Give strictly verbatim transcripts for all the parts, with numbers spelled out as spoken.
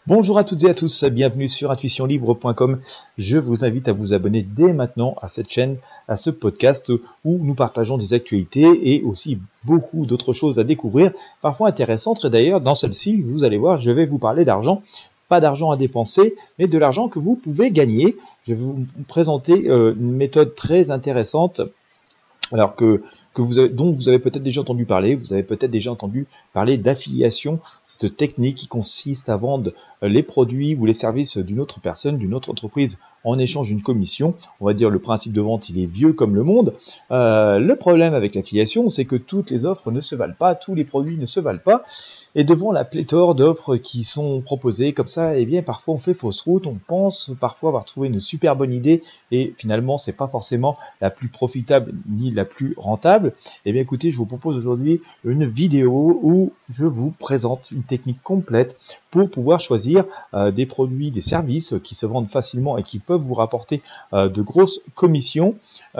Bonjour à toutes et à tous, bienvenue sur intuition libre point com. Je vous invite à vous abonner dès maintenant à cette chaîne, à ce podcast où nous partageons des actualités et aussi beaucoup d'autres choses à découvrir, parfois intéressantes. Et d'ailleurs, dans celle-ci, vous allez voir, je vais vous parler d'argent. Pas d'argent à dépenser, mais de l'argent que vous pouvez gagner. Je vais vous présenter euh, une méthode très intéressante. Alors que, que vous avez, dont vous avez peut-être déjà entendu parler, vous avez peut-être déjà entendu parler d'affiliation, cette technique qui consiste à vendre les produits ou les services d'une autre personne, d'une autre entreprise en échange d'une commission. On va dire le principe de vente, il est vieux comme le monde. Euh, le problème avec l'affiliation, c'est que toutes les offres ne se valent pas, tous les produits ne se valent pas. Et devant la pléthore d'offres qui sont proposées comme ça, eh bien parfois on fait fausse route, on pense parfois avoir trouvé une super bonne idée et finalement c'est pas forcément la plus profitable ni la plus rentable. Eh bien écoutez, je vous propose aujourd'hui une vidéo où je vous présente une technique complète pour pouvoir choisir euh, des produits, des services qui se vendent facilement et qui peuvent vous rapporter euh, de grosses commissions.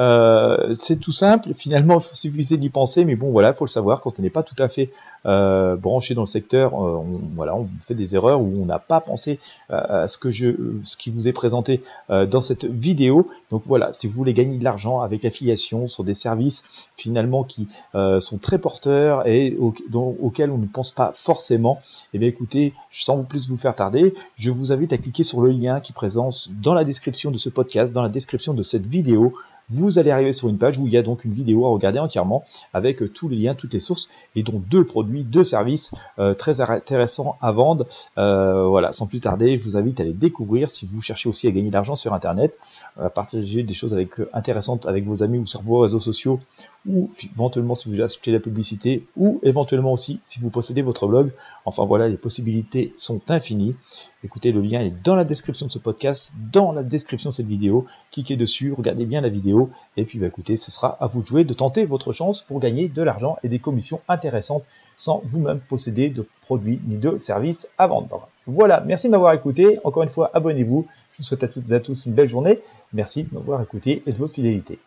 Euh, c'est tout simple, finalement il suffisait d'y penser, mais bon voilà, il faut le savoir, quand on n'est pas tout à fait euh, branché dans le secteur, euh, on, voilà, on fait des erreurs où on n'a pas pensé euh, à ce que je, ce qui vous est présenté euh, dans cette vidéo. Donc voilà, si vous voulez gagner de l'argent avec l'affiliation sur des services finalement qui euh, sont très porteurs et au, dont, auxquels on ne pense pas forcément, eh bien écoutez, sans plus vous faire tarder, je vous invite à cliquer sur le lien qui est présent dans la description de ce podcast, dans la description de cette vidéo. Vous allez arriver sur une page où il y a donc une vidéo à regarder entièrement avec tous les liens, toutes les sources et donc deux produits, deux services euh, très intéressants à vendre. Euh, voilà, sans plus tarder, je vous invite à les découvrir si vous cherchez aussi à gagner de l'argent sur Internet, à partager des choses avec, euh, intéressantes avec vos amis ou sur vos réseaux sociaux, ou éventuellement si vous achetez la publicité, ou éventuellement aussi si vous possédez votre blog. Enfin voilà, les possibilités sont infinies. Écoutez, le lien est dans la description de ce podcast, dans la description de cette vidéo. Cliquez dessus, regardez bien la vidéo, et puis bah, écoutez, ce sera à vous de jouer, de tenter votre chance pour gagner de l'argent et des commissions intéressantes sans vous-même posséder de produits ni de services à vendre. Voilà, merci de m'avoir écouté. Encore une fois, abonnez-vous. Je vous souhaite à toutes et à tous une belle journée. Merci de m'avoir écouté et de votre fidélité.